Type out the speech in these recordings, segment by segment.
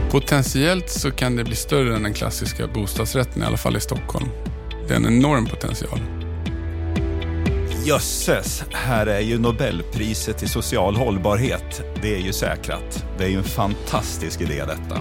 Potentiellt så kan det bli större än den klassiska bostadsrätten, i alla fall i Stockholm. Det är en enorm potential. Jösses, här är ju Nobelpriset i social hållbarhet. Det är ju säkrat. Det är ju en fantastisk idé detta.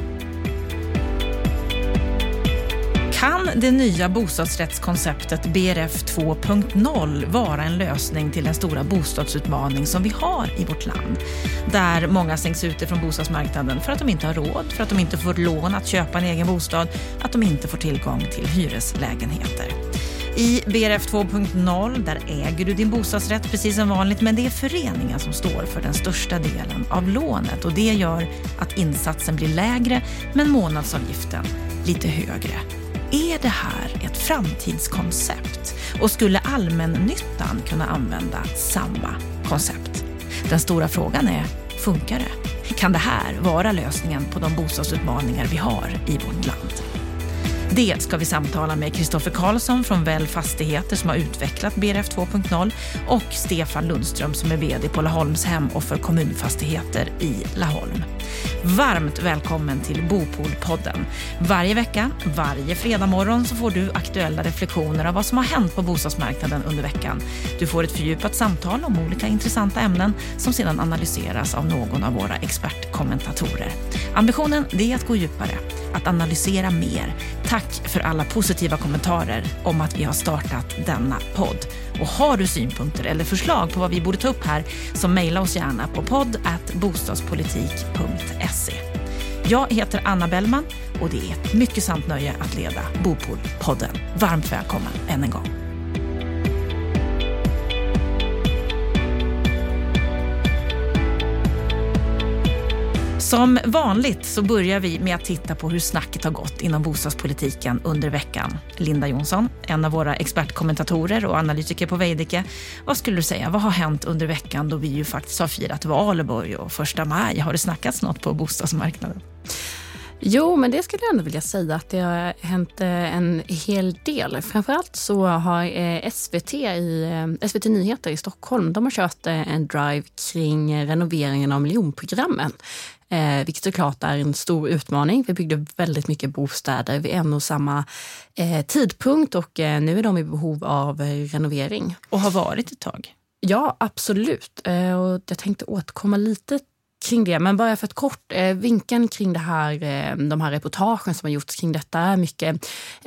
Kan det nya bostadsrättskonceptet BRF 2.0 vara en lösning till den stora bostadsutmaning som vi har i vårt land? Där många stängs ute från bostadsmarknaden för att de inte har råd, för att de inte får lån att köpa en egen bostad, att de inte får tillgång till hyreslägenheter. I BRF 2.0 där äger du din bostadsrätt precis som vanligt, men det är föreningen som står för den största delen av lånet och det gör att insatsen blir lägre men månadsavgiften lite högre. Är det här ett framtidskoncept och skulle allmännyttan kunna använda samma koncept? Den stora frågan är, funkar det? Kan det här vara lösningen på de bostadsutmaningar vi har i vårt land? Det ska vi samtala med Kristoffer Karlsson från Väl Fastigheter som har utvecklat BRF 2.0 och Stefan Lundström som är vd på Laholmshem och för kommunfastigheter i Laholm. Varmt välkommen till Bopolpodden. Varje vecka, varje fredag morgon så får du aktuella reflektioner av vad som har hänt på bostadsmarknaden under veckan. Du får ett fördjupat samtal om olika intressanta ämnen som sedan analyseras av någon av våra expertkommentatorer. Ambitionen är att gå djupare, att analysera mer. Tack för alla positiva kommentarer om att vi har startat denna podd. Och har du synpunkter eller förslag på vad vi borde ta upp här så mejla oss gärna på podd@bostadspolitik.se. Jag heter Anna Bellman och det är ett mycket sant nöje att leda Bopolpodden. Varmt välkommen än en gång. Som vanligt så börjar vi med att titta på hur snacket har gått inom bostadspolitiken under veckan. Linda Jonsson, en av våra expertkommentatorer och analytiker på Veidekke. Vad skulle du säga? Vad har hänt under veckan då vi ju faktiskt har firat Valborg och 1 maj? Har det snackats något på bostadsmarknaden? Jo, men det skulle jag ändå vilja säga att det har hänt en hel del. Framförallt så har SVT Nyheter i Stockholm, de har kört en drive kring renoveringen av miljonprogrammen. Vilket såklart är en stor utmaning. Vi byggde väldigt mycket bostäder vid en och samma tidpunkt och nu är de i behov av renovering. Och har varit ett tag? Ja, absolut. Och jag tänkte återkomma lite kring det, men bara för ett kort vinkeln kring det här, de här reportagen som har gjorts kring detta är mycket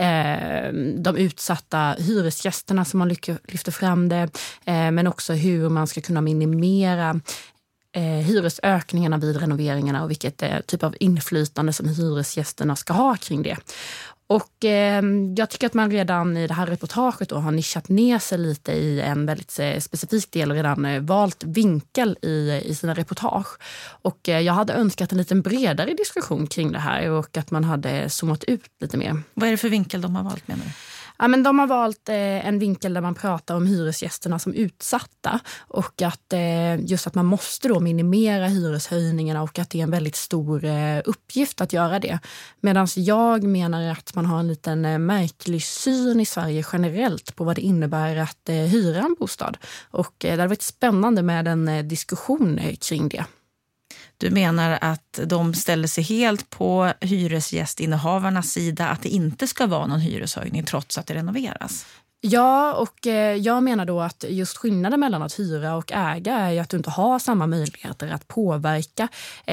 de utsatta hyresgästerna som man lyfter fram det, men också hur man ska kunna minimera hyresökningarna vid renoveringarna och vilket typ av inflytande som hyresgästerna ska ha kring det. Och jag tycker att man redan i det här reportaget då har nischat ner sig lite i en väldigt specifik del och redan valt vinkel i sina reportage. Och jag hade önskat en lite bredare diskussion kring det här och att man hade zoomat ut lite mer. Vad är det för vinkel de har valt, menar du? Ja, men de har valt en vinkel där man pratar om hyresgästerna som utsatta och att just att man måste då minimera hyreshöjningarna och att det är en väldigt stor uppgift att göra det. Medan jag menar att man har en liten märklig syn i Sverige generellt på vad det innebär att hyra en bostad. Och det har varit spännande med en diskussion kring det. Du menar att de ställer sig helt på hyresgästinnehavarnas sida, att det inte ska vara någon hyreshöjning trots att det renoveras? Ja, och jag menar då att just skillnaden mellan att hyra och äga är ju att du inte har samma möjligheter att påverka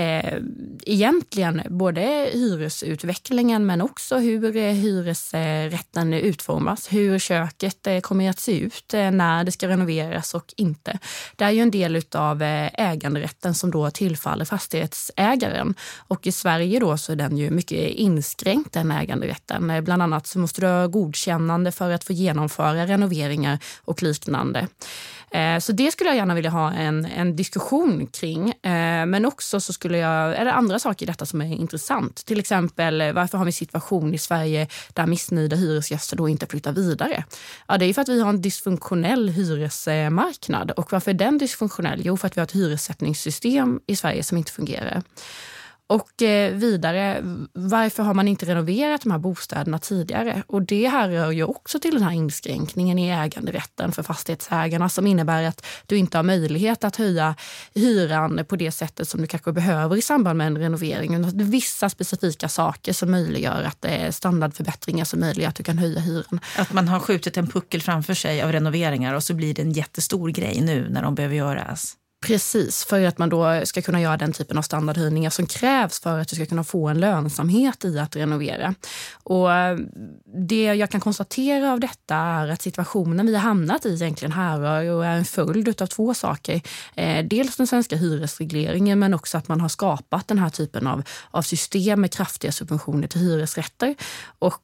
egentligen både hyresutvecklingen men också hur hyresrätten utformas, hur köket kommer att se ut när det ska renoveras och inte. Det är ju en del av äganderätten som då tillfaller fastighetsägaren och i Sverige då så är den ju mycket inskränkt den äganderätten. Bland annat så måste du ha godkännande för att få genomföra renoveringar och liknande. Så det skulle jag gärna vilja ha en diskussion kring. Men också så är det andra saker i detta som är intressant. Till exempel, varför har vi en situation i Sverige där missnöjda hyresgäster då inte flyttar vidare? Ja, det är för att vi har en dysfunktionell hyresmarknad. Och varför är den dysfunktionell? Jo, för att vi har ett hyressättningssystem i Sverige som inte fungerar. Och vidare, varför har man inte renoverat de här bostäderna tidigare? Och det här rör ju också till den här inskränkningen i äganderätten för fastighetsägarna som innebär att du inte har möjlighet att höja hyran på det sättet som du kanske behöver i samband med en renovering. Vissa specifika saker som möjliggör att det är standardförbättringar som möjliggör att du kan höja hyran. Att man har skjutit en puckel framför sig av renoveringar och så blir det en jättestor grej nu när de behöver göras. Precis, för att man då ska kunna göra den typen av standardhöjningar som krävs för att du ska kunna få en lönsamhet i att renovera. Och det jag kan konstatera av detta är att situationen vi har hamnat i egentligen här och är en följd av två saker. Dels den svenska hyresregleringen men också att man har skapat den här typen av system med kraftiga subventioner till hyresrätter. Och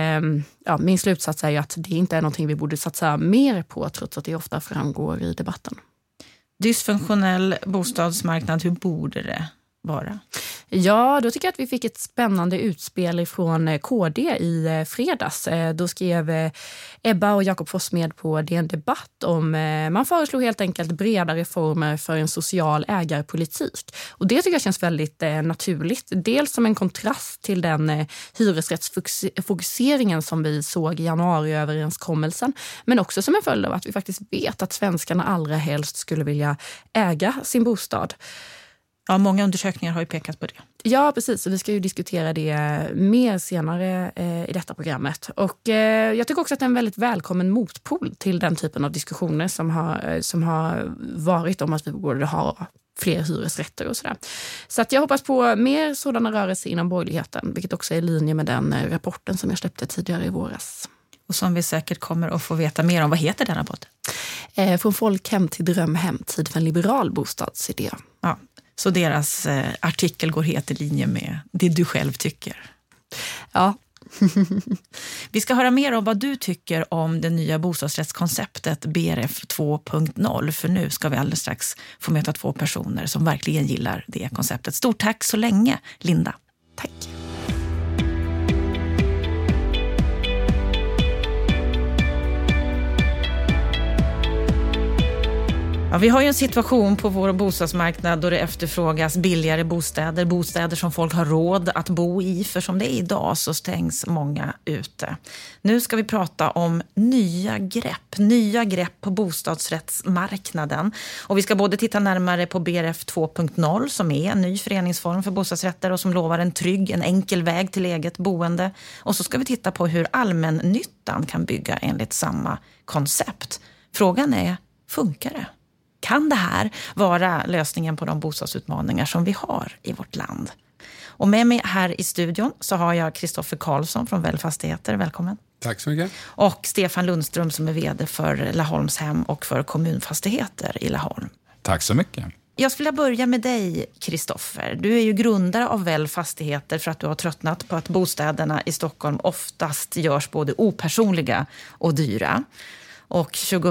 min slutsats är ju att det inte är någonting vi borde satsa mer på trots att det ofta framgår i debatten. Dysfunktionell bostadsmarknad, hur borde det vara? Ja, då tycker jag att vi fick ett spännande utspel från KD i fredags. Då skrev Ebba och Jakob Forssmed på DN Debatt om man föreslog helt enkelt breda reformer för en social ägarpolitik. Och det tycker jag känns väldigt naturligt. Dels som en kontrast till den hyresrättsfokuseringen som vi såg i januariöverenskommelsen. Men också som en följd av att vi faktiskt vet att svenskarna allra helst skulle vilja äga sin bostad. Ja, många undersökningar har ju pekat på det. Ja, precis. Och vi ska ju diskutera det mer senare i detta programmet. Och jag tycker också att det är en väldigt välkommen motpol till den typen av diskussioner som har varit om att vi borde ha fler hyresrätter och sådär. Så att jag hoppas på mer sådana rörelser inom borgerligheten, vilket också är i linje med den rapporten som jag släppte tidigare i våras. Och som vi säkert kommer att få veta mer om. Vad heter den rapporten? Från folkhem till drömhem, tid för en liberal bostadsidé. Ja. Så deras artikel går helt i linje med det du själv tycker. Ja. Vi ska höra mer om vad du tycker om det nya bostadsrättskonceptet BRF 2.0. För nu ska vi alldeles strax få möta två personer som verkligen gillar det konceptet. Stort tack så länge, Linda. Tack. Ja, vi har ju en situation på vår bostadsmarknad då det efterfrågas billigare bostäder som folk har råd att bo i, för som det är idag så stängs många ute. Nu ska vi prata om nya grepp på bostadsrättsmarknaden. Och vi ska både titta närmare på BRF 2.0 som är en ny föreningsform för bostadsrätter och som lovar en trygg, en enkel väg till eget boende. Och så ska vi titta på hur allmännyttan kan bygga enligt samma koncept. Frågan är, funkar det? Kan det här vara lösningen på de bostadsutmaningar som vi har i vårt land? Och med mig här i studion så har jag Kristoffer Karlsson från Väl Fastigheter. Välkommen. Tack så mycket. Och Stefan Lundström som är vd för Laholmshem och för kommunfastigheter i Laholm. Tack så mycket. Jag skulle börja med dig, Kristoffer. Du är ju grundare av Väl Fastigheter för att du har tröttnat på att bostäderna i Stockholm oftast görs både opersonliga och dyra. Och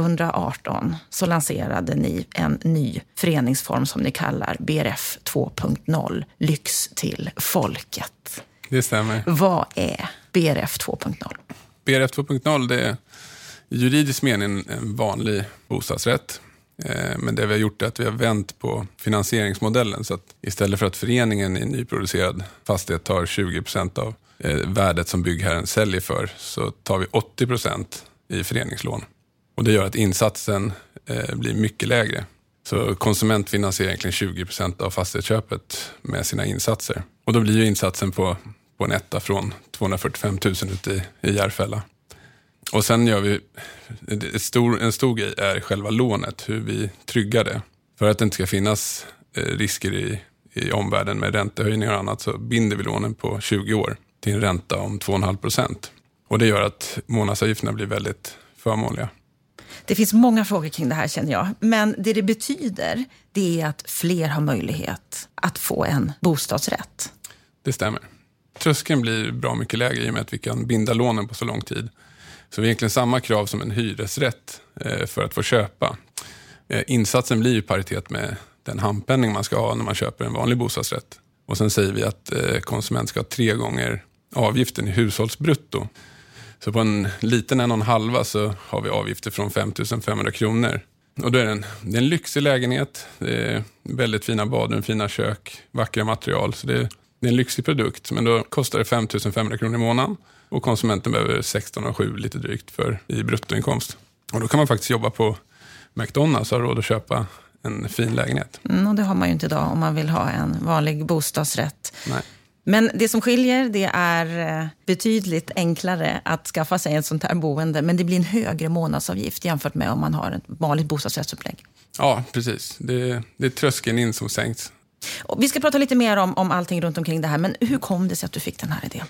2018 så lanserade ni en ny föreningsform som ni kallar BRF 2.0, lyx till folket. Det stämmer. Vad är BRF 2.0? BRF 2.0 det är i juridisk mening en vanlig bostadsrätt. Men det vi har gjort är att vi har vänt på finansieringsmodellen så att istället för att föreningen i en nyproducerad fastighet tar 20% av värdet som byggherren säljer för så tar vi 80% i föreningslån. Och det gör att insatsen blir mycket lägre. Så konsument finansierar egentligen 20% av fastighetsköpet med sina insatser. Och då blir ju insatsen på en etta från 245 000 ute i Järfälla. Och sen gör vi, en stor grej är själva lånet, hur vi tryggar det. För att det inte ska finnas risker i omvärlden med räntehöjningar och annat så binder vi lånen på 20 år till en ränta om 2,5%. Och det gör att månadsavgifterna blir väldigt förmånliga. Det finns många frågor kring det här känner jag. Men det betyder det är att fler har möjlighet att få en bostadsrätt. Det stämmer. Tröskeln blir bra mycket lägre i och med att vi kan binda lånen på så lång tid. Så vi har egentligen samma krav som en hyresrätt för att få köpa. Insatsen blir i paritet med den handpenning man ska ha när man köper en vanlig bostadsrätt. Och sen säger vi att konsument ska ha 3 gånger avgiften i hushållsbrutto. Så på en liten 1,5 så har vi avgifter från 5 500 kronor. Och då är det en lyxig lägenhet. Det är väldigt fina badrum, fina kök, vackra material. Så det Det är en lyxig produkt, men då kostar det 5 500 kronor i månaden. Och konsumenten behöver 16,7 lite drygt i bruttoinkomst. Och då kan man faktiskt jobba på McDonalds och ha råd att köpa en fin lägenhet. Och det har man ju inte idag om man vill ha en vanlig bostadsrätt. Nej. Men det som skiljer, det är betydligt enklare att skaffa sig ett sånt här boende. Men det blir en högre månadsavgift jämfört med om man har ett vanligt bostadsrättsupplägg. Ja, precis. Det är tröskeln in som sänks. Och vi ska prata lite mer om allting runt omkring det här. Men hur kom det sig att du fick den här idén?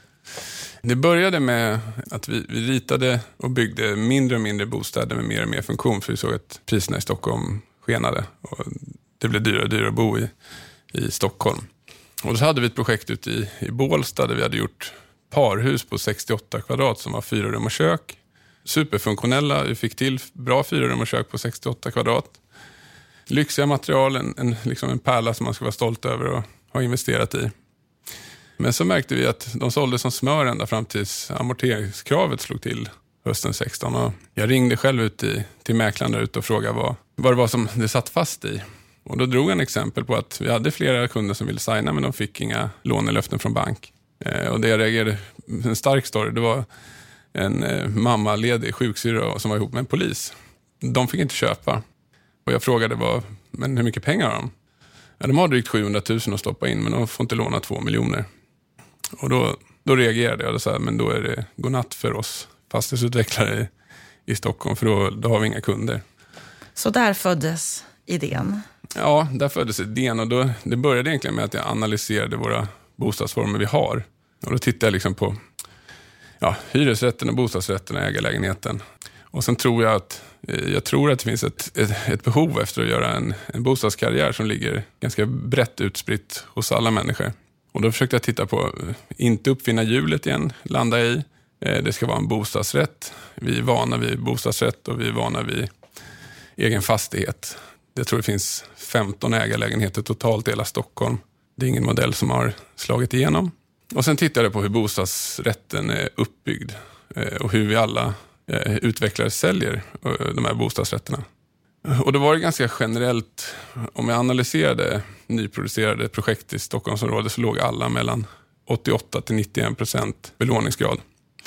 Det började med att vi ritade och byggde mindre och mindre bostäder med mer och mer funktion. För vi såg att priserna i Stockholm skenade. Och det blev dyrare och dyrare att bo i Stockholm. Och så hade vi ett projekt ute i Bålsta där vi hade gjort parhus på 68 kvadrat som var 4 rum och kök. Superfunktionella, vi fick till bra 4 rum och kök på 68 kvadrat. Lyxiga material, liksom en pärla som man ska vara stolt över och ha investerat i. Men så märkte vi att de sålde som smör ända fram tills amorteringskravet slog till hösten 16. Och jag ringde själv ut till mäklaren där ute och frågade vad det var som det satt fast i. Och då drog han exempel på att vi hade flera kunder som ville signa men de fick inga lånelöften från bank. Och det jag reagerade, en stark story, det var en mammaledig sjuksyrra som var ihop med en polis. De fick inte köpa. Och jag frågade men hur mycket pengar har de? Ja, de har drygt 700 000 att stoppa in men de får inte låna 2 miljoner. Och då reagerade jag och sa, men då är det godnatt för oss fastighetsutvecklare i Stockholm för då har vi inga kunder. Så där föddes idén? Ja, där föddes idén och det började egentligen med att jag analyserade våra bostadsformer vi har. Och då tittade jag liksom på hyresrätten och bostadsrätten och ägarlägenheten. Och sen tror jag att det finns ett behov efter att göra en bostadskarriär som ligger ganska brett utspritt hos alla människor. Och då försökte jag titta på, inte uppfinna hjulet igen, landa i. Det ska vara en bostadsrätt. Vi är vana vid bostadsrätt och vi är vana vid egen fastighet. Jag tror det finns 15 ägarlägenheter totalt i hela Stockholm. Det är ingen modell som har slagit igenom. Och sen tittade jag på hur bostadsrätten är uppbyggd och hur vi alla utvecklare säljer de här bostadsrätterna. Och då var det ganska generellt, om jag analyserade nyproducerade projekt i Stockholmsområdet så låg alla mellan 88-91% belåningsgrad.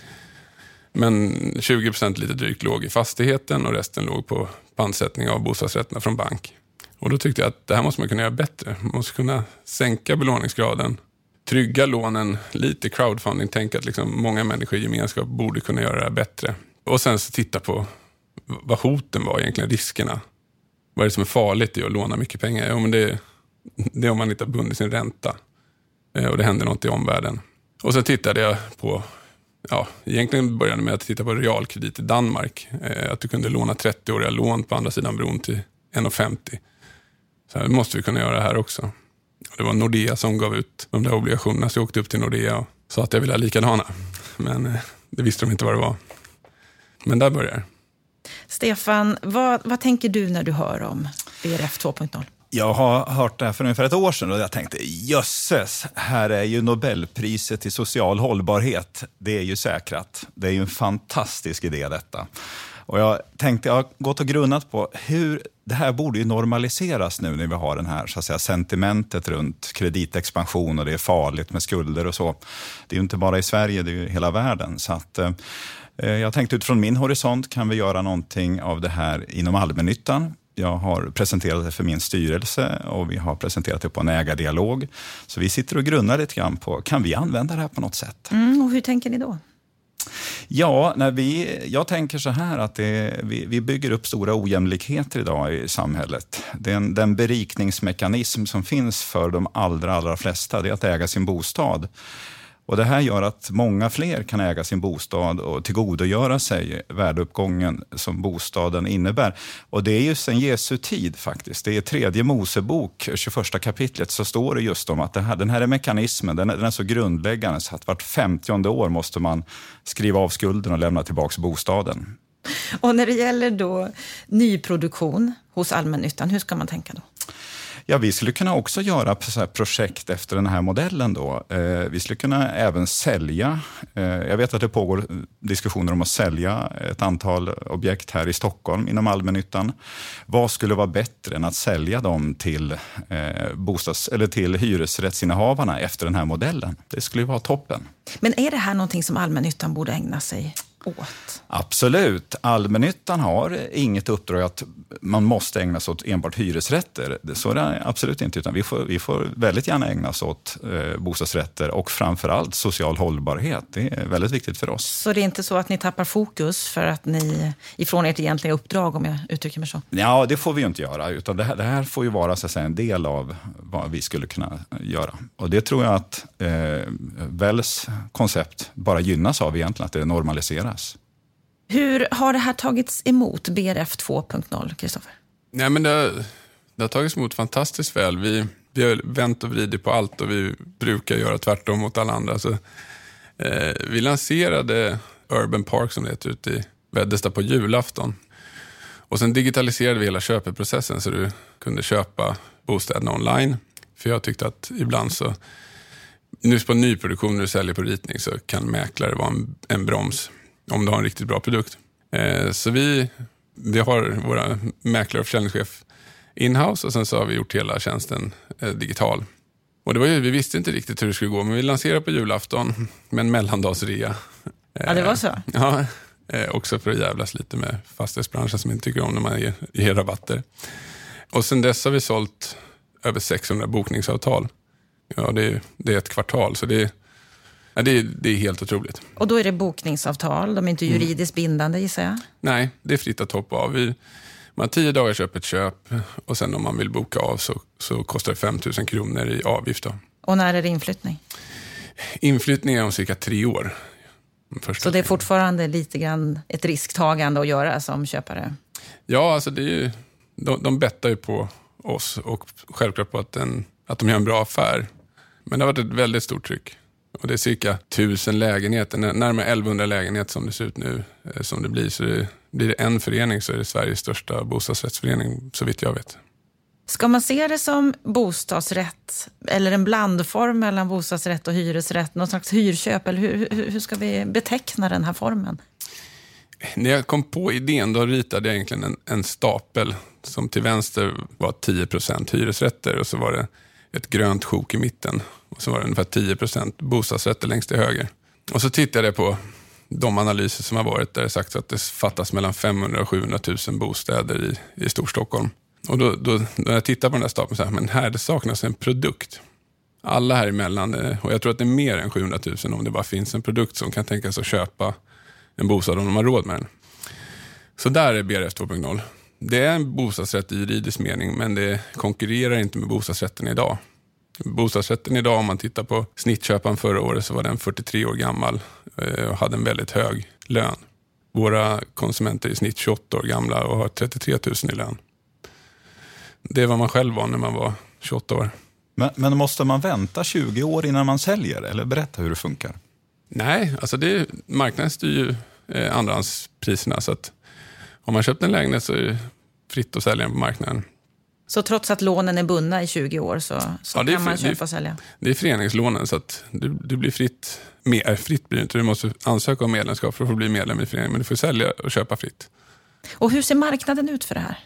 Men 20% lite drygt låg i fastigheten och resten låg på pantsättning av bostadsrätterna från bank. Och då tyckte jag att det här måste man kunna göra bättre. Man måste kunna sänka belåningsgraden, trygga lånen, lite crowdfunding, tänka att liksom många människor i gemenskap borde kunna göra det här bättre. Och sen så titta på vad hoten var egentligen, riskerna. Vad är det som är farligt i att låna mycket pengar? Ja, men det är om man inte har bundit sin ränta. Och det händer något i omvärlden. Och sen tittade jag på, egentligen började med att titta på realkredit i Danmark. Att du kunde låna 30-åriga lån på andra sidan bron till 1,50. Så här måste vi kunna göra det här också. Och det var Nordea som gav ut de där obligationerna, så jag åkte upp till Nordea och sa att jag ville ha likadana. Men det visste de inte vad det var. Men där börjar. Stefan, vad tänker du när du hör om BRF 2.0? Jag har hört det här för ungefär ett år sedan och jag tänkte, jösses, här är ju Nobelpriset i social hållbarhet. Det är ju säkrat. Det är ju en fantastisk idé detta. Och jag har gått och grunnat på hur det här borde ju normaliseras nu när vi har den här så att säga, sentimentet runt kreditexpansion och det är farligt med skulder och så. Det är ju inte bara i Sverige, det är ju hela världen. Så att jag tänkte utifrån min horisont kan vi göra någonting av det här inom allmännyttan. Jag har presenterat det för min styrelse och vi har presenterat det på en ägardialog. Så vi sitter och grunnar lite grann på, kan vi använda det här på något sätt? Och hur tänker ni då? Ja, jag tänker så här att vi bygger upp stora ojämlikheter idag i samhället. Den berikningsmekanism som finns för de allra flesta, det är att äga sin bostad. Och det här gör att många fler kan äga sin bostad och tillgodogöra sig värdeuppgången som bostaden innebär. Och det är ju sen Jesu tid faktiskt. Det är 3:e Mosebok, 21 kapitlet, så står det just om att den här mekanismen, den är så grundläggande så att vart 50:e år måste man skriva av skulden och lämna tillbaka bostaden. Och när det gäller då nyproduktion hos allmännyttan, hur ska man tänka då? Ja, vi skulle kunna också göra så här projekt efter den här modellen då. Vi skulle kunna även sälja. Jag vet att det pågår diskussioner om att sälja ett antal objekt här i Stockholm inom allmännyttan. Vad skulle vara bättre än att sälja dem till till hyresrättsinnehavarna efter den här modellen? Det skulle ju vara toppen. Men är det här någonting som allmännyttan borde ägna sig åt? Absolut. Allmännyttan har inget uppdrag att man måste ägna sig åt enbart hyresrätter. Så är det absolut inte, utan vi får väldigt gärna ägna oss åt bostadsrätter och framförallt social hållbarhet. Det är väldigt viktigt för oss. Så det är inte så att ni tappar fokus för att ni ifrån ert egentliga uppdrag, om jag uttrycker mig så? Ja, det får vi ju inte göra, utan det här får ju vara så att säga en del av vad vi skulle kunna göra. Och det tror jag att Wells koncept bara gynnas av egentligen, att det normaliseras. Hur har det här tagits emot, BRF 2.0, Kristoffer? Nej, men det har tagits emot fantastiskt väl. Vi har vänt och vridit på allt och vi brukar göra tvärtom mot alla andra. Så, vi lanserade Urban Park, som det heter, ute i Veddesta på julafton. Och sen digitaliserade vi hela köpeprocessen så du kunde köpa bostäderna online. För jag tyckte att ibland så, nu på nyproduktion när du säljer på ritning, så kan mäklare vara en broms om du har en riktigt bra produkt. Så vi har våra mäklare och försäljningschef in-house och sen så har vi gjort hela tjänsten digital. Och det var ju, vi visste inte riktigt hur det skulle gå, men vi lanserade på julafton med en mellandagsrea. Ja, det var så? Ja, också för att jävlas lite med fastighetsbranschen som inte tycker om när man ger rabatter. Och sen dess har vi sålt över 600 bokningsavtal. Ja, det är ett kvartal, så det är helt otroligt. Och då är det bokningsavtal, de är inte juridiskt bindande, gissar jag? Nej, det är fritt att hoppa av. Man har 10 dagars öppet köp och sen om man vill boka av så kostar det 5 000 kronor i avgift då. Och när är det inflyttning? Inflyttning är om cirka 3 år. Så det är fortfarande lite grann ett risktagande att göra som köpare? Ja, alltså det är ju, de bettar ju på oss och självklart på att de gör en bra affär. Men det har varit ett väldigt stort tryck. Och det är cirka 1000 lägenheter, närmare 1100 lägenheter som det ser ut nu, som det blir. Så blir det en förening så är det Sveriges största bostadsrättsförening, så vitt jag vet. Ska man se det som bostadsrätt eller en blandform mellan bostadsrätt och hyresrätt? Någon slags hyrköp, eller hur ska vi beteckna den här formen? När jag kom på idén, då ritade jag egentligen en stapel som till vänster var 10% hyresrätter och så var det ett grönt sjok i mitten. Och så var det ungefär 10% bostadsrätter längst till höger. Och så tittade jag på de analyser som har varit där det sagts att det fattas mellan 500 och 700 000 bostäder i Storstockholm. Och då när jag tittar på den där stapeln så här, men här det saknas en produkt. Alla här emellan, och jag tror att det är mer än 700 000 om det bara finns en produkt som kan tänka sig att köpa en bostad om de har råd med den. Så där är BRF 2.0. Det är en bostadsrätt i juridisk mening, men det konkurrerar inte med bostadsrätten idag. Bostadsrätten idag, om man tittar på snittköparen förra året, så var den 43 år gammal och hade en väldigt hög lön. Våra konsumenter är i snitt 28 år gamla och har 33 000 i lön. Det är vad man själv var när man var 28 år. Men måste man vänta 20 år innan man säljer? Eller berätta hur det funkar. Nej, alltså marknaden styr ju andrahandspriserna. Så att om man köpt en lägenhet så är det fritt att sälja den på marknaden. Så trots att lånen är bundna i 20 år så ja, kan man köpa och sälja? Det är föreningslånen, så att du blir fritt. Fritt blir det inte. Du måste ansöka om medlemskap för att få bli medlem i föreningen. Men du får sälja och köpa fritt. Och hur ser marknaden ut för det här?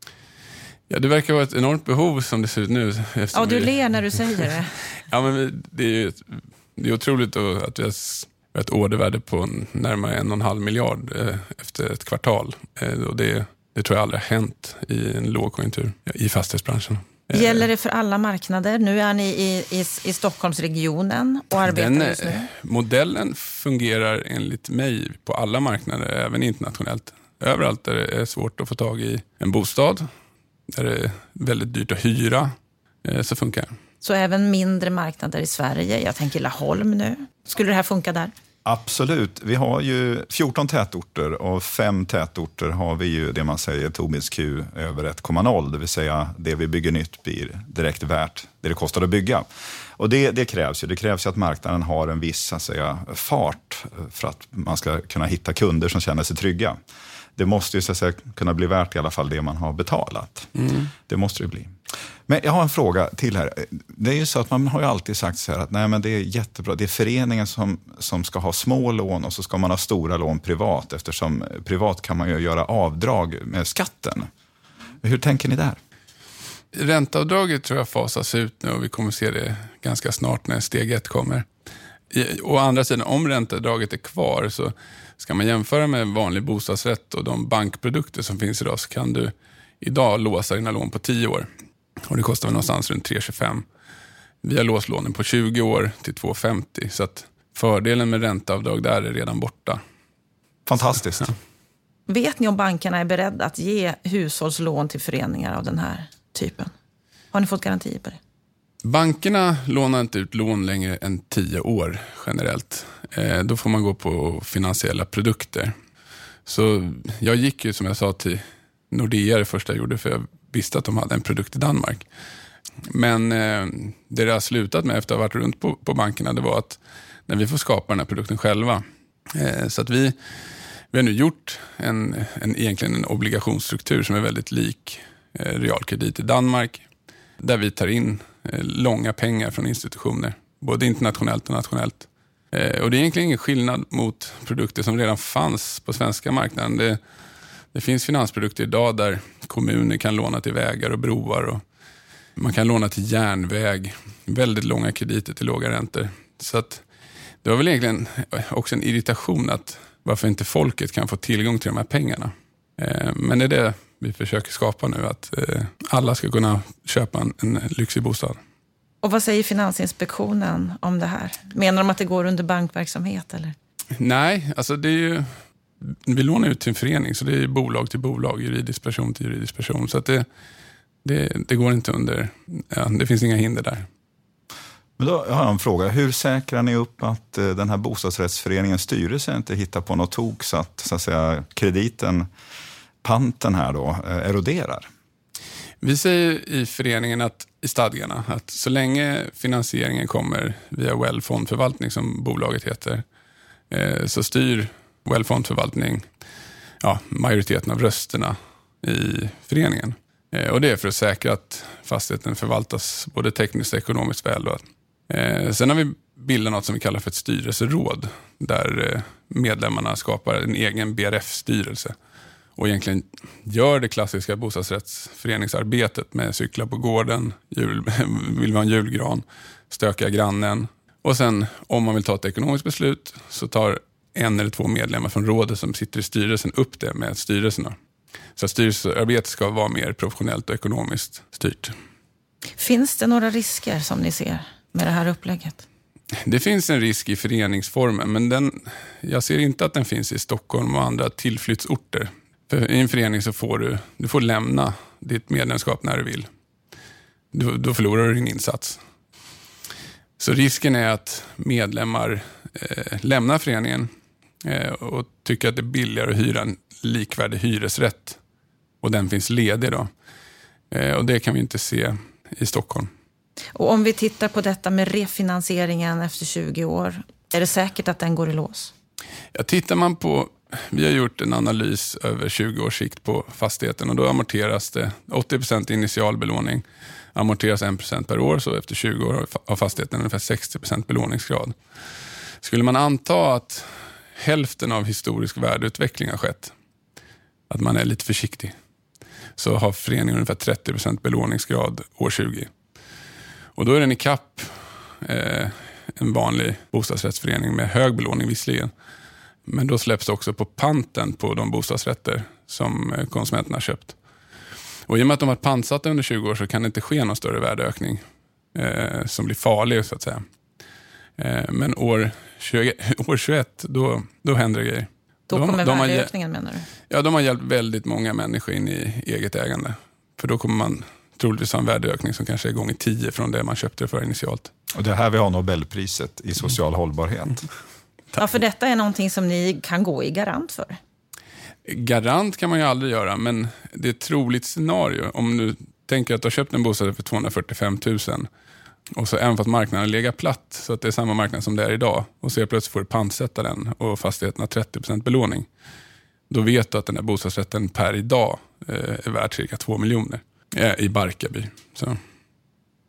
Ja, det verkar vara ett enormt behov som det ser ut nu. Ja, du ler när du säger det. Ja, men det är otroligt att vi har ett ordervärde på närmare 1,5 miljard efter ett kvartal. Och det tror jag aldrig har hänt i en lågkonjunktur i fastighetsbranschen. Gäller det för alla marknader? Nu är ni i Stockholmsregionen och arbetar just nu. Modellen fungerar enligt mig på alla marknader, även internationellt. Överallt där det är svårt att få tag i en bostad, där det är väldigt dyrt att hyra, så funkar det. Så även mindre marknader i Sverige, jag tänker Laholm nu. Skulle det här funka där? Absolut. Vi har ju 14 tätorter och 5 tätorter har vi ju det man säger Tobins-Q över 1,0. Det vill säga det vi bygger nytt blir direkt värt det kostar att bygga. Och det krävs ju. Det krävs ju att marknaden har en viss fart för att man ska kunna hitta kunder som känner sig trygga. Det måste ju kunna bli värt i alla fall det man har betalat. Det måste det bli. Men jag har en fråga till här. Det är ju så att man har ju alltid sagt så här att nej, men det är jättebra. Det är föreningen som ska ha små lån och så ska man ha stora lån privat, eftersom privat kan man ju göra avdrag med skatten. Hur tänker ni där? Ränteavdraget tror jag fasas ut nu och vi kommer se det ganska snart när steg 1 kommer. Å andra sidan, om ränteavdraget är kvar så ska man jämföra med vanlig bostadsrätt och de bankprodukter som finns idag, så kan du idag låsa dina lån på 10 år. Och det kostar väl någonstans runt 3,25. Vi har låst lånen på 20 år till 2,50. Så att fördelen med ränteavdrag där är redan borta. Fantastiskt. Ja. Vet ni om bankerna är beredda att ge hushållslån till föreningar av den här typen? Har ni fått garantier på det? Bankerna lånar inte ut lån längre än 10 år generellt. Då får man gå på finansiella produkter. Så jag gick ju, som jag sa, till Nordea det första jag gjorde, för jag visste att de hade en produkt i Danmark. Men det har slutat med efter att ha varit runt på bankerna, det var att när vi får skapa den här produkten själva. Så att vi har nu gjort egentligen en obligationsstruktur som är väldigt lik realkredit i Danmark. Där vi tar in långa pengar från institutioner, både internationellt och nationellt. Och det är egentligen ingen skillnad mot produkter som redan fanns på svenska marknaden. Det finns finansprodukter idag där kommuner kan låna till vägar och broar och man kan låna till järnväg, väldigt långa krediter till låga räntor. Så att det var väl egentligen också en irritation att varför inte folket kan få tillgång till de här pengarna. Men det är det vi försöker skapa nu, att alla ska kunna köpa en lyxig bostad. Och vad säger Finansinspektionen om det här? Menar de att det går under bankverksamhet eller? Nej, alltså det är ju, vi lånar ut till en förening, så det är bolag till bolag, juridisk person till juridisk person. Så att det går inte under, det finns inga hinder där. Men då har jag en fråga. Hur säkrar ni upp att den här bostadsrättsföreningens styrelse inte hittar på något tok så att säga, panten här då eroderar? Vi säger i föreningen i stadgarna att så länge finansieringen kommer via Well Fondförvaltning, som bolaget heter, så styr Well Fondförvaltning majoriteten av rösterna i föreningen. Och det är för att säkra att fastigheten förvaltas både tekniskt och ekonomiskt väl. Sen har vi bildat något som vi kallar för ett styrelseråd, där medlemmarna skapar en egen BRF-styrelse och egentligen gör det klassiska bostadsrättsföreningsarbetet med cykla på gården, vill man ha en julgran, stöka grannen. Och sen om man vill ta ett ekonomiskt beslut så tar 1 eller 2 medlemmar från rådet som sitter i styrelsen upp det med styrelserna. Så styrelsearbetet ska vara mer professionellt och ekonomiskt styrt. Finns det några risker som ni ser med det här upplägget? Det finns en risk i föreningsformen, men jag ser inte att den finns i Stockholm och andra tillflyttsorter. För i en förening så får du får lämna ditt medlemskap när du vill. Då förlorar du din insats. Så risken är att medlemmar lämnar föreningen och tycker att det är billigare att hyra en likvärdig hyresrätt. Och den finns ledig då. Och det kan vi inte se i Stockholm. Och om vi tittar på detta med refinansieringen efter 20 år, är det säkert att den går i lås? Ja, tittar man på, vi har gjort en analys över 20 års sikt på fastigheten och då amorteras det 80% initialbelåning, amorteras 1% per år, så efter 20 år har fastigheten ungefär 60% belåningsgrad. Skulle man anta att hälften av historisk värdeutveckling har skett, att man är lite försiktig, så har föreningen ungefär 30% belåningsgrad år 20. Och då är den i kapp en vanlig bostadsrättsförening med hög belåning visserligen. Men då släpps det också på panten på de bostadsrätter som konsumenterna har köpt. Och i och med att de har pantsatt under 20 år så kan det inte ske någon större värdeökning som blir farlig så att säga. Men år 21 då händer det grejer. Då kommer värdeökningen menar du? Ja, de har hjälpt väldigt många människor in i eget ägande. För då kommer man troligtvis ha en värdeökning som kanske är gånger 10 från det man köpte det för initialt. Och det här vi har Nobelpriset i social hållbarhet. Ja, för detta är någonting som ni kan gå i garant för. Garant kan man ju aldrig göra, men det är ett troligt scenario. Om du tänker att du har köpt en bostad för 245 000 och så även fast marknaden lägger platt så att det är samma marknad som det är idag och så plötsligt får du pantsätta den och fastigheten har 30% belåning. Då vet du att den här bostadsrätten per idag är värd cirka 2 miljoner i Barkarby. Så.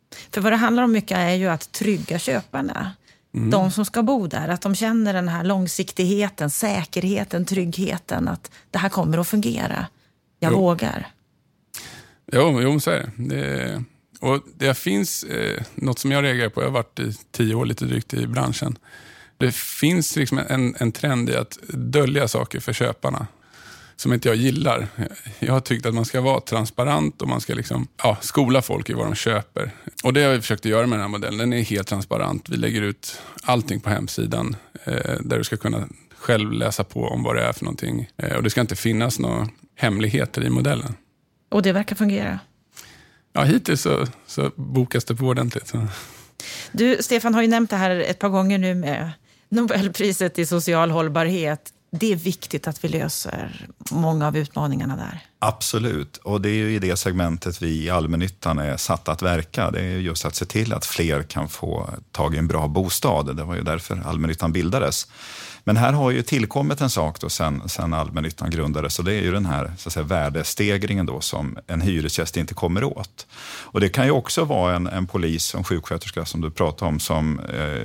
För vad det handlar om mycket är ju att trygga köparna. De som ska bo där, att de känner den här långsiktigheten, säkerheten, tryggheten, att det här kommer att fungera. Jag vågar. Jo, så är det. Och det finns något som jag reagerar på. Jag har varit i 10 år lite drygt i branschen. Det finns liksom en trend i att dölja saker för köparna som inte jag gillar. Jag har tyckt att man ska vara transparent och man ska skola folk i vad de köper. Och det har vi försökt göra med den här modellen. Den är helt transparent. Vi lägger ut allting på hemsidan där du ska kunna själv läsa på om vad det är för någonting. Och det ska inte finnas några hemligheter i modellen. Och det verkar fungera? Ja, hittills så bokas det på ordentligt. Så. Du, Stefan, har ju nämnt det här ett par gånger nu med Nobelpriset i social hållbarhet. Det är viktigt att vi löser många av utmaningarna där. Absolut, och det är ju i det segmentet vi i allmännyttan är satt att verka. Det är ju just att se till att fler kan få tag i en bra bostad. Det var ju därför allmännyttan bildades. Men här har ju tillkommit en sak då sen allmännyttan grundades, och det är ju den här så att säga, värdestegringen då som en hyresgäst inte kommer åt. Och det kan ju också vara en polis, en sjuksköterska som du pratade om, som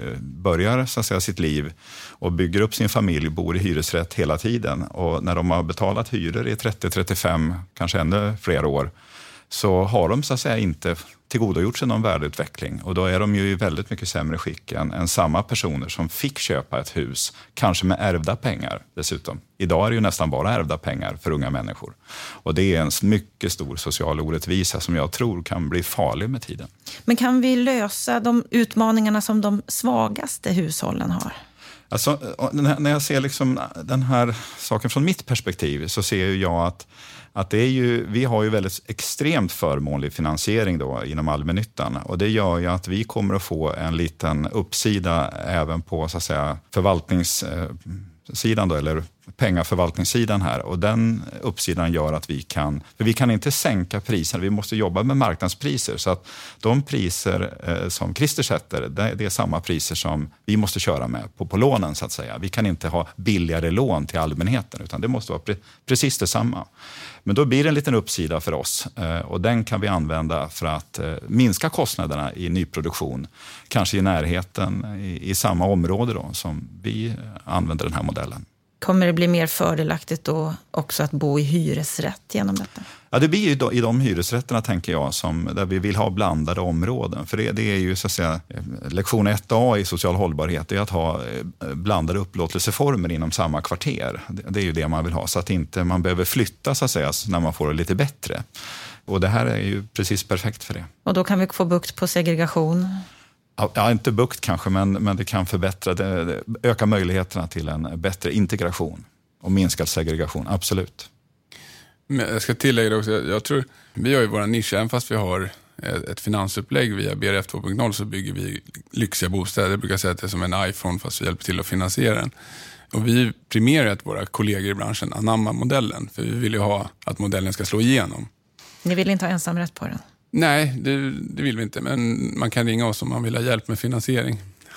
börjar så att säga, sitt liv och bygger upp sin familj, bor i hyresrätt hela tiden. Och när de har betalat hyror i 30-35, kanske ännu fler år, så har de så att säga inte tillgodogjort sig någon värdeutveckling. Och då är de ju i väldigt mycket sämre skick än samma personer som fick köpa ett hus, kanske med ärvda pengar dessutom. Idag är det ju nästan bara ärvda pengar för unga människor. Och det är en mycket stor social orättvisa som jag tror kan bli farlig med tiden. Men kan vi lösa de utmaningarna som de svagaste hushållen har? Alltså, när jag ser liksom den här saken från mitt perspektiv så ser jag att det är ju, vi har ju väldigt extremt förmånlig finansiering då inom allmännyttan, och det gör ju att vi kommer att få en liten uppsida även på så att säga förvaltningssidan då, eller pengaförvaltningssidan här, och den uppsidan gör att vi kan inte sänka priserna, vi måste jobba med marknadspriser, så att de priser som Christer sätter, det är samma priser som vi måste köra med på lånen så att säga. Vi kan inte ha billigare lån till allmänheten, utan det måste vara precis detsamma. Men då blir det en liten uppsida för oss, och den kan vi använda för att minska kostnaderna i nyproduktion, kanske i närheten i samma område då, som vi använder den här modellen. Kommer det bli mer fördelaktigt då också att bo i hyresrätt genom detta? Ja, det blir ju i de hyresrätterna tänker jag där vi vill ha blandade områden. För det är ju så att säga lektion 1A i social hållbarhet, är att ha blandade upplåtelseformer inom samma kvarter. Det är ju det man vill ha, så att inte man behöver flytta så att säga när man får det lite bättre. Och det här är ju precis perfekt för det. Och då kan vi få bukt på segregation? Ja, inte bukt kanske, men det kan förbättra, det öka möjligheterna till en bättre integration och minskad segregation, absolut. Men jag ska tillägga det också, jag tror, vi har ju våra nischer, även fast vi har ett finansupplägg via BRF 2.0 så bygger vi lyxiga bostäder. Jag brukar säga att det är som en iPhone fast vi hjälper till att finansiera den. Och vi primerar att våra kollegor i branschen anammar modellen, för vi vill ju ha att modellen ska slå igenom. Ni vill inte ha ensamrätt på den? Nej, det vill vi inte, men man kan ringa oss om man vill ha hjälp med finansiering.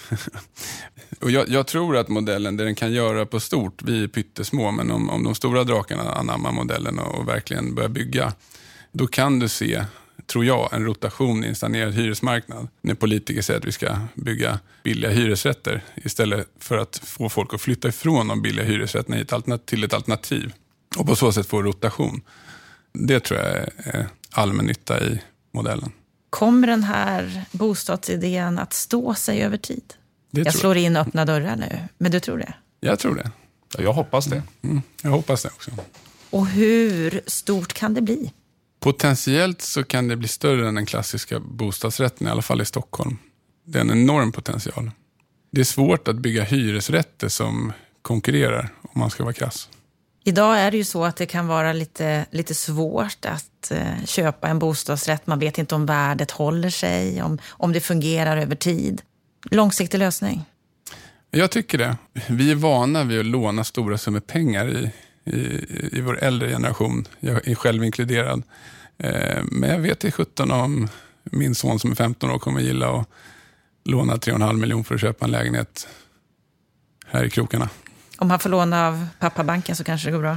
Och jag tror att modellen, det den kan göra på stort, vi är pyttesmå, men om de stora drakarna anammar modellen och verkligen börjar bygga, då kan du se, tror jag, en rotation i en stagnerad hyresmarknad. När politiker säger att vi ska bygga billiga hyresrätter istället för att få folk att flytta ifrån de billiga hyresrätterna till ett alternativ. Och på så sätt få rotation. Det tror jag är allmännytta i modellen. Kommer den här bostadsidén att stå sig över tid? Jag slår in öppna dörrar nu, men du tror det? Jag tror det. Jag hoppas det. Jag hoppas det också. Och hur stort kan det bli? Potentiellt så kan det bli större än den klassiska bostadsrätten, i alla fall i Stockholm. Det är en enorm potential. Det är svårt att bygga hyresrätter som konkurrerar, om man ska vara krass. Idag är det ju så att det kan vara lite svårt att köpa en bostadsrätt. Man vet inte om värdet håller sig, om det fungerar över tid. Långsiktig lösning? Jag tycker det. Vi är vana vid att låna stora summor pengar i vår äldre generation. Jag är själv inkluderad. Men jag vet i 17 om min son som är 15 år kommer gilla att låna 3,5 miljoner för att köpa en lägenhet här i krokarna. Om han får låna av pappabanken så kanske det går bra?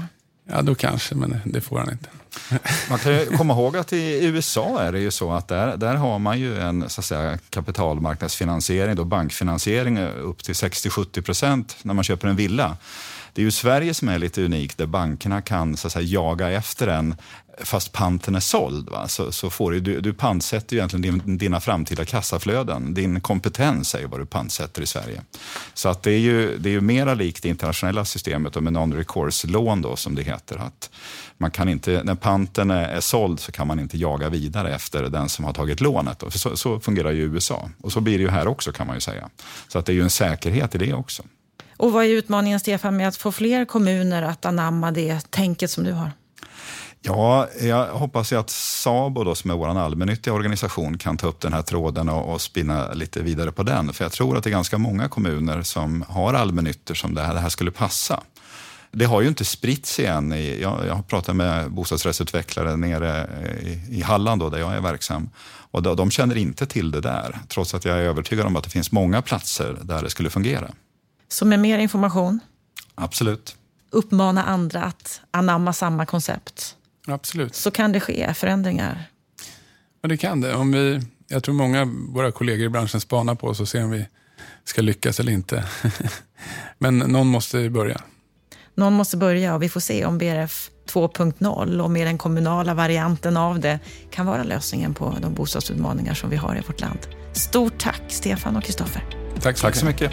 Ja, då kanske, men det får han inte. Man kan ju komma ihåg att i USA är det ju så att där har man ju en så att säga, kapitalmarknadsfinansiering, då bankfinansiering upp till 60-70% när man köper en villa. Det är ju Sverige som är lite unikt där bankerna kan så att säga, jaga efter den fast panten är såld. Va? Så får du pantsätter ju egentligen dina framtida kassaflöden. Din kompetens är ju vad du pantsätter i Sverige. Så att det är ju mera likt det internationella systemet med non-recourse-lån då som det heter. Att man kan inte, när panten är såld så kan man inte jaga vidare efter den som har tagit lånet. För så fungerar ju USA. Och så blir det ju här också kan man ju säga. Så att det är ju en säkerhet i det också. Och vad är utmaningen, Stefan, med att få fler kommuner att anamma det tänket som du har? Ja, jag hoppas ju att SABO då, som är vår allmännyttiga organisation kan ta upp den här tråden och spinna lite vidare på den. För jag tror att det är ganska många kommuner som har allmännytter som det här skulle passa. Det har ju inte spritt sig än. Jag har pratat med bostadsrättsutvecklare nere i Halland då, där jag är verksam. Och de känner inte till det där, trots att jag är övertygad om att det finns många platser där det skulle fungera. Så med mer information? Absolut. Uppmana andra att anamma samma koncept? Absolut. Så kan det ske förändringar? Ja, det kan det. Jag tror många av våra kollegor i branschen spanar på oss och ser om vi ska lyckas eller inte. Men någon måste börja. Någon måste börja och vi får se om BRF 2.0 och med den kommunala varianten av det kan vara lösningen på de bostadsutmaningar som vi har i vårt land. Stort tack Stefan och Kristoffer. Tack så mycket.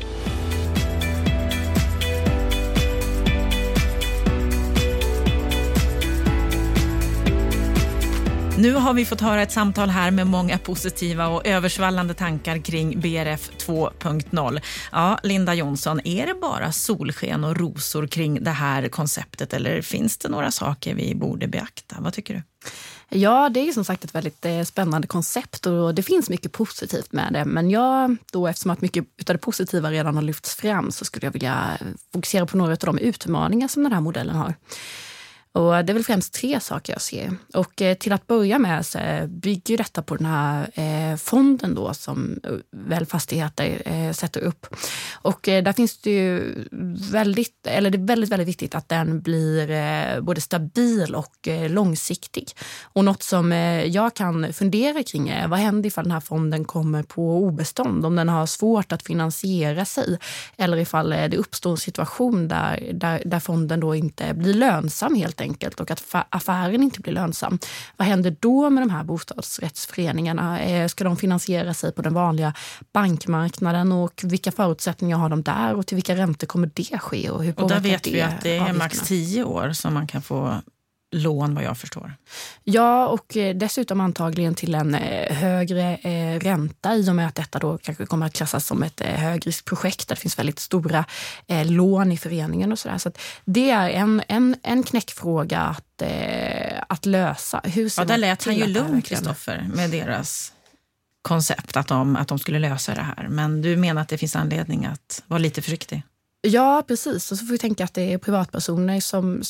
Nu har vi fått höra ett samtal här med många positiva och översvallande tankar kring BRF 2.0. Ja, Linda Jonsson, är det bara solsken och rosor kring det här konceptet eller finns det några saker vi borde beakta? Vad tycker du? Ja, det är som sagt ett väldigt spännande koncept och det finns mycket positivt med det. Men eftersom att mycket av det positiva redan har lyfts fram så skulle jag vilja fokusera på några av de utmaningar som den här modellen har. Och det är väl främst 3 saker jag ser. Och till att börja med så bygger detta på den här fonden då som Välfastigheter sätter upp. Och där finns det ju det är väldigt, väldigt viktigt att den blir både stabil och långsiktig. Och något som jag kan fundera kring är vad händer ifall den här fonden kommer på obestånd? Om den har svårt att finansiera sig eller ifall det uppstår en situation där fonden då inte blir lönsam helt enkelt och att affären inte blir lönsam. Vad händer då med de här bostadsrättsföreningarna? Ska de finansiera sig på den vanliga bankmarknaden och vilka förutsättningar har de där och till vilka räntor kommer det ske? Och där vet vi att det är max 10 år som man kan få lån vad jag förstår. Ja, och dessutom antagligen till en högre ränta i och med att detta då kanske kommer att klassas som ett högriskprojekt där det finns väldigt stora lån i föreningen och sådär. Så att det är en knäckfråga att lösa. Hur där lät han ju lugn, Kristoffer, med deras koncept att de skulle lösa det här. Men du menar att det finns anledning att vara lite försiktig? Ja, precis. Och så får vi tänka att det är privatpersoner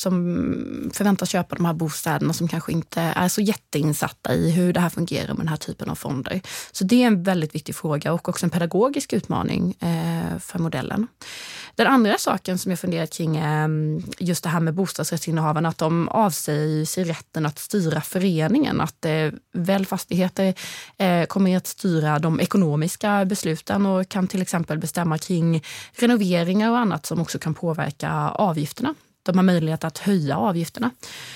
som förväntas köpa de här bostäderna som kanske inte är så jätteinsatta i hur det här fungerar med den här typen av fonder. Så det är en väldigt viktig fråga och också en pedagogisk utmaning för modellen. Den andra saken som jag funderat kring är just det här med bostadsrättsinnehavarna, att de avsäger sig rätten att styra föreningen, att Välfastigheter kommer att styra de ekonomiska besluten och kan till exempel bestämma kring renoveringar och annat som också kan påverka avgifterna. De har möjlighet att höja avgifterna.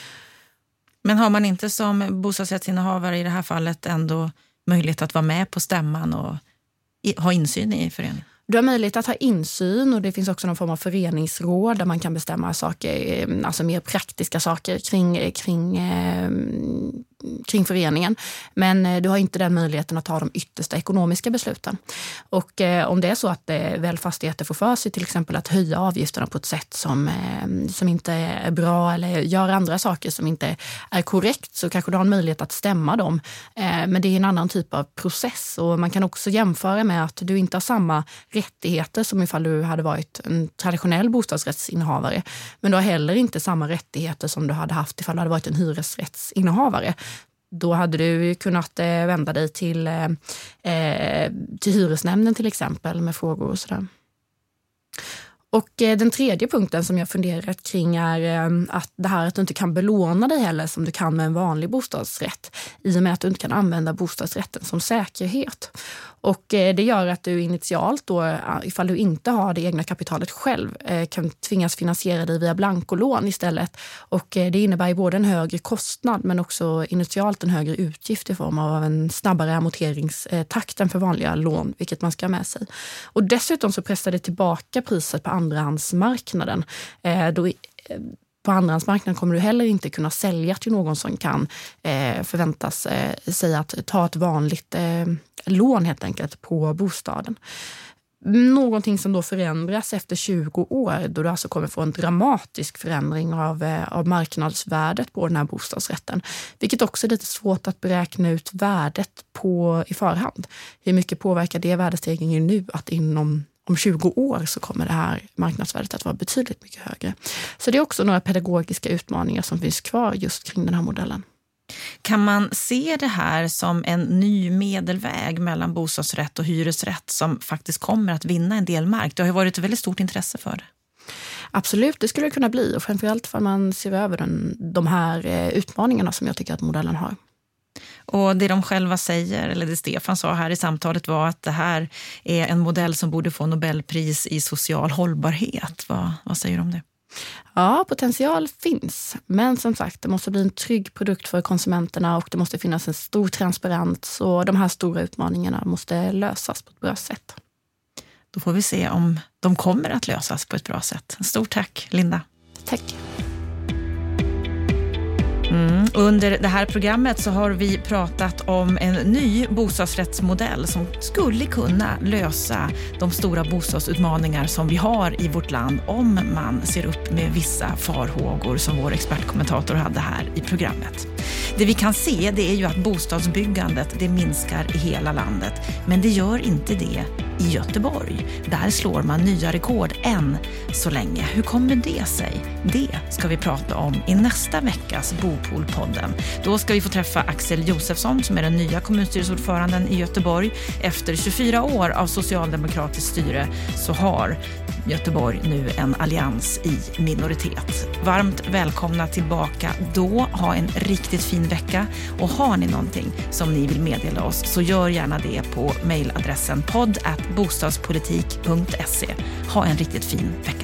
Men har man inte som bostadsrättsinnehavare i det här fallet ändå möjlighet att vara med på stämman och ha insyn i föreningen? Du har möjlighet att ha insyn och det finns också någon form av föreningsråd där man kan bestämma saker, alltså mer praktiska saker kring föreningen. Men du har inte den möjligheten att ta de yttersta ekonomiska besluten. Och om det är så att Välfastigheter får för sig till exempel att höja avgifterna på ett sätt som inte är bra eller gör andra saker som inte är korrekt, så kanske du har en möjlighet att stämma dem. Men det är en annan typ av process och man kan också jämföra med att du inte har samma rättigheter som ifall du hade varit en traditionell bostadsrättsinnehavare. Men du har heller inte samma rättigheter som du hade haft ifall du hade varit en hyresrättsinnehavare. Då hade du kunnat vända dig till hyresnämnden till exempel med frågor och sådär. Och den tredje punkten som jag funderat kring är att det här att du inte kan belåna dig heller som du kan med en vanlig bostadsrätt i och med att du inte kan använda bostadsrätten som säkerhet. Och det gör att du initialt då, ifall du inte har det egna kapitalet själv, kan tvingas finansiera dig via blankolån istället. Och det innebär ju både en högre kostnad men också initialt en högre utgift i form av en snabbare amorteringstakt än för vanliga lån, vilket man ska ha med sig. Och dessutom så pressar det tillbaka priset på andrahandsmarknaden. På andrahandsmarknaden kommer du heller inte kunna sälja till någon som kan förväntas säga att ta ett vanligt lån helt enkelt på bostaden. Någonting som då förändras efter 20 år då du alltså kommer få en dramatisk förändring av marknadsvärdet på den här bostadsrätten. Vilket också är lite svårt att beräkna ut värdet på i förhand. Hur mycket påverkar det värdestegringen nu att om 20 år så kommer det här marknadsvärdet att vara betydligt mycket högre. Så det är också några pedagogiska utmaningar som finns kvar just kring den här modellen. Kan man se det här som en ny medelväg mellan bostadsrätt och hyresrätt som faktiskt kommer att vinna en del mark? Det har ju varit ett väldigt stort intresse för det. Absolut, det skulle det kunna bli och framförallt för man ser över de här utmaningarna som jag tycker att modellen har. Och det de själva säger, eller det Stefan sa här i samtalet var att det här är en modell som borde få Nobelpris i social hållbarhet. Vad säger du om det? Ja, potential finns. Men som sagt, det måste bli en trygg produkt för konsumenterna och det måste finnas en stor transparens och de här stora utmaningarna måste lösas på ett bra sätt. Då får vi se om de kommer att lösas på ett bra sätt. Stort tack, Linda. Tack. Under det här programmet så har vi pratat om en ny bostadsrättsmodell som skulle kunna lösa de stora bostadsutmaningar som vi har i vårt land om man ser upp med vissa farhågor som vår expertkommentator hade här i programmet. Det vi kan se det är ju att bostadsbyggandet det minskar i hela landet, men det gör inte det i Göteborg. Där slår man nya rekord än så länge. Hur kommer det sig? Det ska vi prata om i nästa veckas Bopolpodden. Då ska vi få träffa Axel Josefsson som är den nya kommunstyrelseordföranden i Göteborg. Efter 24 år av socialdemokratiskt styre så har Göteborg nu en allians i minoritet. Varmt välkomna tillbaka då. Ha en riktigt fin vecka och har ni någonting som ni vill meddela oss så gör gärna det på mejladressen podd@bostadspolitik.se. Ha en riktigt fin vecka.